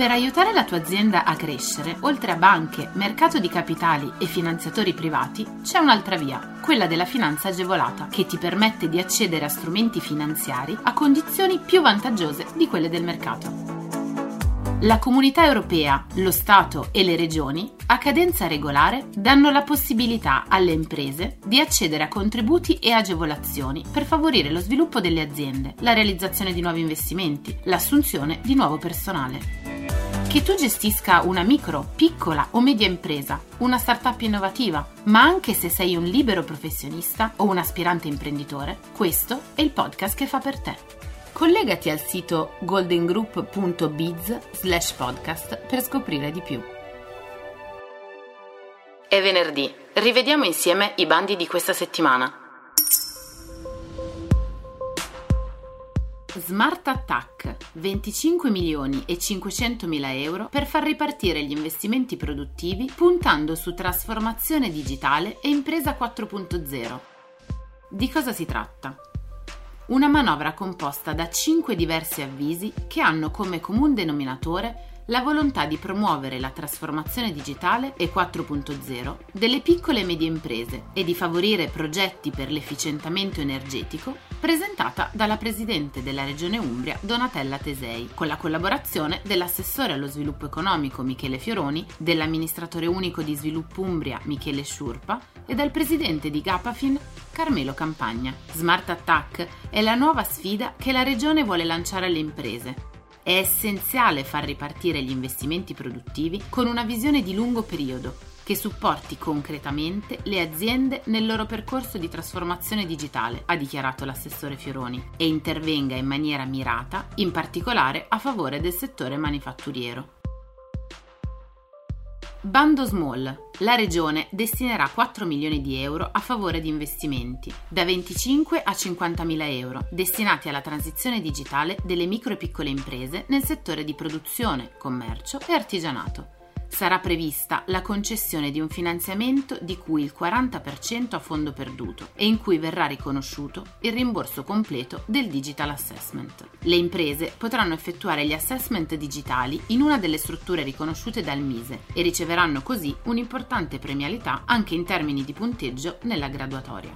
Per aiutare la tua azienda a crescere, oltre a banche, mercato di capitali e finanziatori privati, c'è un'altra via, quella della finanza agevolata, che ti permette di accedere a strumenti finanziari a condizioni più vantaggiose di quelle del mercato. La Comunità Europea, lo Stato e le Regioni, a cadenza regolare, danno la possibilità alle imprese di accedere a contributi e agevolazioni per favorire lo sviluppo delle aziende, la realizzazione di nuovi investimenti, l'assunzione di nuovo personale. Che tu gestisca una micro, piccola o media impresa, una startup innovativa, ma anche se sei un libero professionista o un aspirante imprenditore, questo è il podcast che fa per te. Collegati al sito goldengroup.biz/podcast per scoprire di più. È venerdì, rivediamo insieme i bandi di questa settimana. Smart Attack, 25 milioni e 500 mila euro per far ripartire gli investimenti produttivi puntando su trasformazione digitale e impresa 4.0. Di cosa si tratta? Una manovra composta da 5 diversi avvisi che hanno come comune denominatore la volontà di promuovere la trasformazione digitale e 4.0 delle piccole e medie imprese e di favorire progetti per l'efficientamento energetico, presentata dalla Presidente della Regione Umbria Donatella Tesei, con la collaborazione dell'assessore allo sviluppo economico Michele Fioroni, dell'amministratore unico di Sviluppo Umbria Michele Sciurpa e dal presidente di Gapafin Carmelo Campagna. Smart Attack è la nuova sfida che la Regione vuole lanciare alle imprese. È essenziale far ripartire gli investimenti produttivi con una visione di lungo periodo che supporti concretamente le aziende nel loro percorso di trasformazione digitale, ha dichiarato l'assessore Fioroni, e intervenga in maniera mirata, in particolare a favore del settore manifatturiero. Bando Small. La Regione destinerà 4 milioni di euro a favore di investimenti, da 25 a 50 mila euro, destinati alla transizione digitale delle micro e piccole imprese nel settore di produzione, commercio e artigianato. Sarà prevista la concessione di un finanziamento di cui il 40% a fondo perduto e in cui verrà riconosciuto il rimborso completo del digital assessment. Le imprese potranno effettuare gli assessment digitali in una delle strutture riconosciute dal MISE e riceveranno così un'importante premialità anche in termini di punteggio nella graduatoria.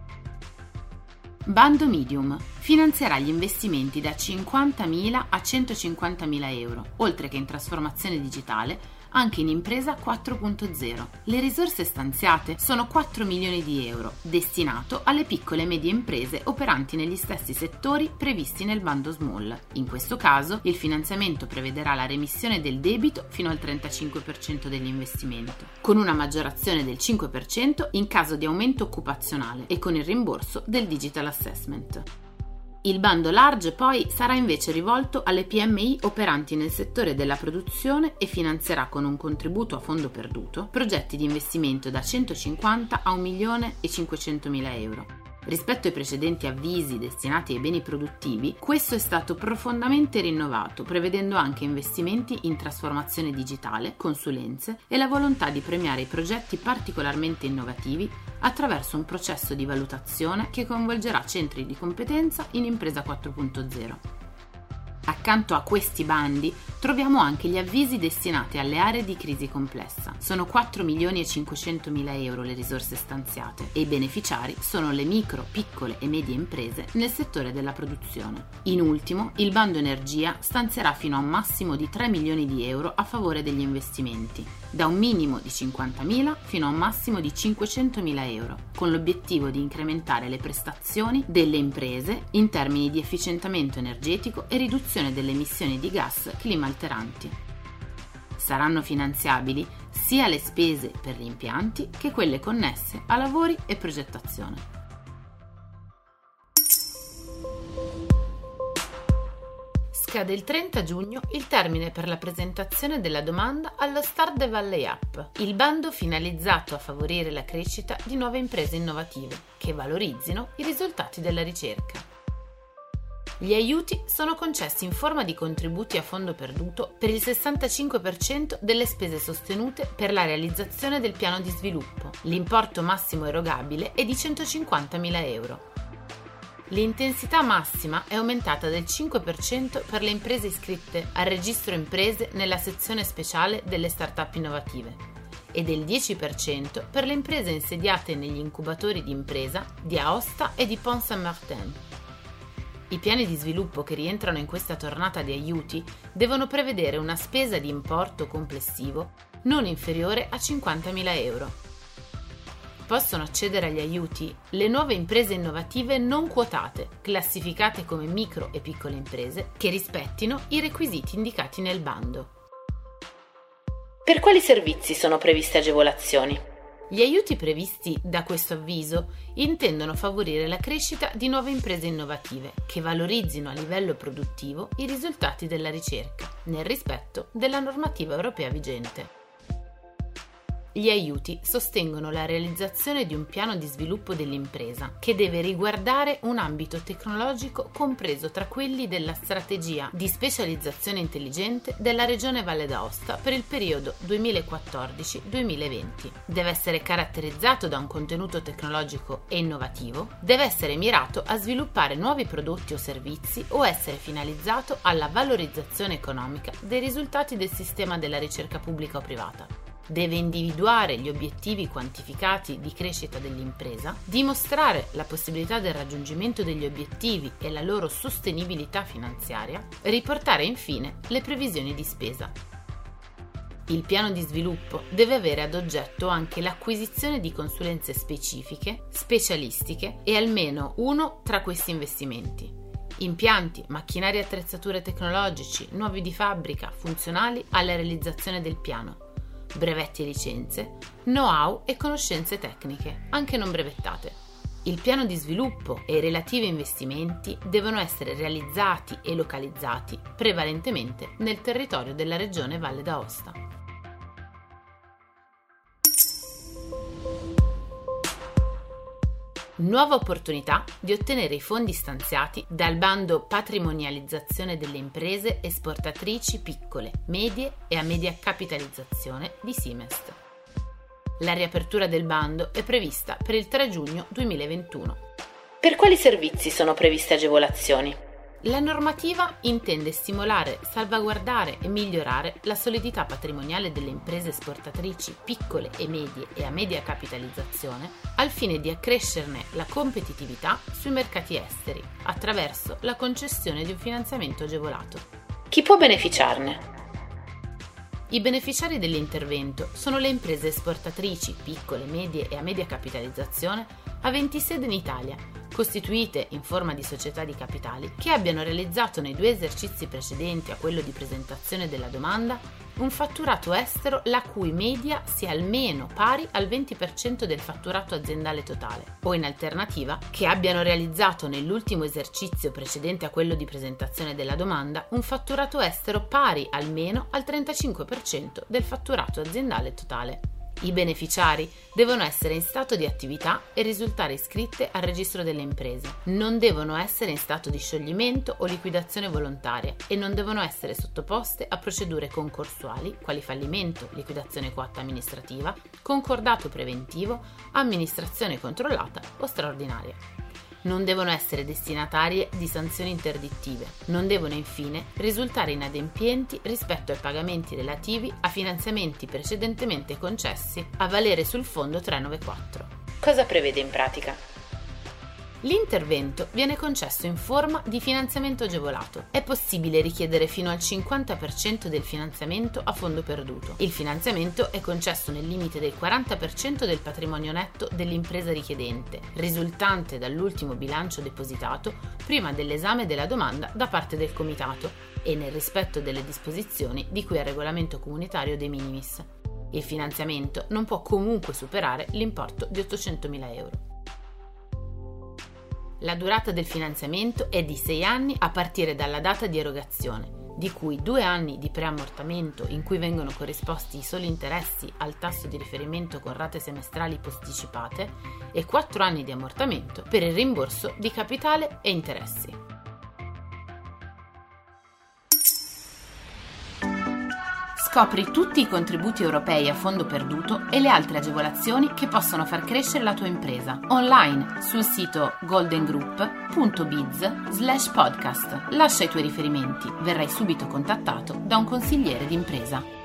Bando Medium finanzierà gli investimenti da 50.000 a 150.000 euro, oltre che in trasformazione digitale, anche in impresa 4.0. Le risorse stanziate sono 4 milioni di euro, destinato alle piccole e medie imprese operanti negli stessi settori previsti nel bando Small. In questo caso, il finanziamento prevederà la remissione del debito fino al 35% dell'investimento, con una maggiorazione del 5% in caso di aumento occupazionale e con il rimborso del digital assessment. Il bando large poi sarà invece rivolto alle PMI operanti nel settore della produzione e finanzierà con un contributo a fondo perduto progetti di investimento da 150 a 1.500.000 euro. Rispetto ai precedenti avvisi destinati ai beni produttivi, questo è stato profondamente rinnovato, prevedendo anche investimenti in trasformazione digitale, consulenze e la volontà di premiare i progetti particolarmente innovativi attraverso un processo di valutazione che coinvolgerà centri di competenza in Impresa 4.0. Accanto a questi bandi troviamo anche gli avvisi destinati alle aree di crisi complessa. Sono 4 milioni e 500 mila euro le risorse stanziate e i beneficiari sono le micro, piccole e medie imprese nel settore della produzione. In ultimo, il bando energia stanzierà fino a un massimo di 3 milioni di euro a favore degli investimenti, da un minimo di 50.000 fino a un massimo di 500.000 euro, con l'obiettivo di incrementare le prestazioni delle imprese in termini di efficientamento energetico e riduzione delle emissioni di gas climalteranti. Saranno finanziabili sia le spese per gli impianti che quelle connesse a lavori e progettazione. Scade il 30 giugno il termine per la presentazione della domanda allo Start the Valley App, il bando finalizzato a favorire la crescita di nuove imprese innovative che valorizzino i risultati della ricerca. Gli aiuti sono concessi in forma di contributi a fondo perduto per il 65% delle spese sostenute per la realizzazione del piano di sviluppo. L'importo massimo erogabile è di 150.000 euro. L'intensità massima è aumentata del 5% per le imprese iscritte al registro imprese nella sezione speciale delle start-up innovative e del 10% per le imprese insediate negli incubatori di impresa di Aosta e di Pont-Saint-Martin. I piani di sviluppo che rientrano in questa tornata di aiuti devono prevedere una spesa di importo complessivo non inferiore a 50.000 euro. Possono accedere agli aiuti le nuove imprese innovative non quotate, classificate come micro e piccole imprese, che rispettino i requisiti indicati nel bando. Per quali servizi sono previste agevolazioni? Gli aiuti previsti da questo avviso intendono favorire la crescita di nuove imprese innovative che valorizzino a livello produttivo i risultati della ricerca, nel rispetto della normativa europea vigente. Gli aiuti sostengono la realizzazione di un piano di sviluppo dell'impresa che deve riguardare un ambito tecnologico compreso tra quelli della strategia di specializzazione intelligente della Regione Valle d'Aosta per il periodo 2014-2020. Deve essere caratterizzato da un contenuto tecnologico e innovativo, deve essere mirato a sviluppare nuovi prodotti o servizi o essere finalizzato alla valorizzazione economica dei risultati del sistema della ricerca pubblica o privata. Deve individuare gli obiettivi quantificati di crescita dell'impresa, dimostrare la possibilità del raggiungimento degli obiettivi e la loro sostenibilità finanziaria, riportare infine le previsioni di spesa. Il piano di sviluppo deve avere ad oggetto anche l'acquisizione di consulenze specifiche, specialistiche e almeno uno tra questi investimenti: impianti, macchinari e attrezzature tecnologici, nuovi di fabbrica, funzionali alla realizzazione del piano, brevetti e licenze, know-how e conoscenze tecniche, anche non brevettate. Il piano di sviluppo e i relativi investimenti devono essere realizzati e localizzati prevalentemente nel territorio della Regione Valle d'Aosta. Nuova opportunità di ottenere i fondi stanziati dal bando Patrimonializzazione delle imprese esportatrici piccole, medie e a media capitalizzazione di Simest. La riapertura del bando è prevista per il 3 giugno 2021. Per quali servizi sono previste agevolazioni? La normativa intende stimolare, salvaguardare e migliorare la solidità patrimoniale delle imprese esportatrici piccole e medie e a media capitalizzazione al fine di accrescerne la competitività sui mercati esteri attraverso la concessione di un finanziamento agevolato. Chi può beneficiarne? I beneficiari dell'intervento sono le imprese esportatrici piccole, medie e a media capitalizzazione aventi sede in Italia, costituite in forma di società di capitali, che abbiano realizzato nei 2 esercizi precedenti a quello di presentazione della domanda un fatturato estero la cui media sia almeno pari al 20% del fatturato aziendale totale, o in alternativa che abbiano realizzato nell'ultimo esercizio precedente a quello di presentazione della domanda un fatturato estero pari almeno al 35% del fatturato aziendale totale. I beneficiari devono essere in stato di attività e risultare iscritte al registro delle imprese. Non devono essere in stato di scioglimento o liquidazione volontaria e non devono essere sottoposte a procedure concorsuali quali fallimento, liquidazione coatta amministrativa, concordato preventivo, amministrazione controllata o straordinaria. Non devono essere destinatarie di sanzioni interdittive. Non devono infine risultare inadempienti rispetto ai pagamenti relativi a finanziamenti precedentemente concessi a valere sul fondo 394. Cosa prevede in pratica? L'intervento viene concesso in forma di finanziamento agevolato. È possibile richiedere fino al 50% del finanziamento a fondo perduto. Il finanziamento è concesso nel limite del 40% del patrimonio netto dell'impresa richiedente, risultante dall'ultimo bilancio depositato prima dell'esame della domanda da parte del Comitato e nel rispetto delle disposizioni di cui al regolamento comunitario De Minimis. Il finanziamento non può comunque superare l'importo di 800.000 euro. La durata del finanziamento è di 6 anni a partire dalla data di erogazione, di cui 2 anni di preammortamento in cui vengono corrisposti i soli interessi al tasso di riferimento con rate semestrali posticipate e 4 anni di ammortamento per il rimborso di capitale e interessi. Scopri tutti i contributi europei a fondo perduto e le altre agevolazioni che possono far crescere la tua impresa online sul sito goldengroup.biz/podcast. Lascia i tuoi riferimenti, verrai subito contattato da un consigliere d'impresa.